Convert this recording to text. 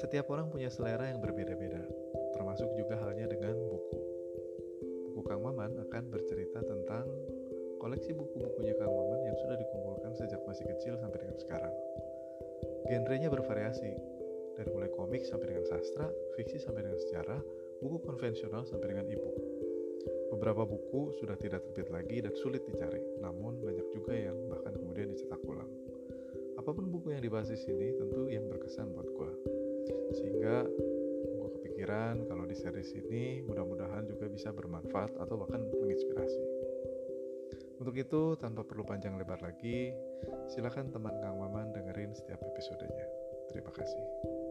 Setiap orang punya selera yang berbeda-beda, termasuk juga halnya dengan buku. Buku Kang Maman akan bercerita tentang koleksi buku-bukunya Kang Maman yang sudah dikumpulkan sejak masih kecil sampai dengan sekarang. Genrenya bervariasi, dari mulai komik sampai dengan sastra, fiksi sampai dengan sejarah, buku konvensional sampai dengan e-book. Beberapa buku sudah tidak terbit lagi dan sulit dicari, namun banyak juga yang bahkan kemudian dicetak ulang. Apapun buku yang dibahas di sini tentu yang berkesan buat gue. Sehingga gue kepikiran kalau di series ini mudah-mudahan juga bisa bermanfaat atau bahkan menginspirasi. Untuk itu, tanpa perlu panjang lebar lagi, silakan teman Kang Maman dengerin setiap episodenya. Terima kasih.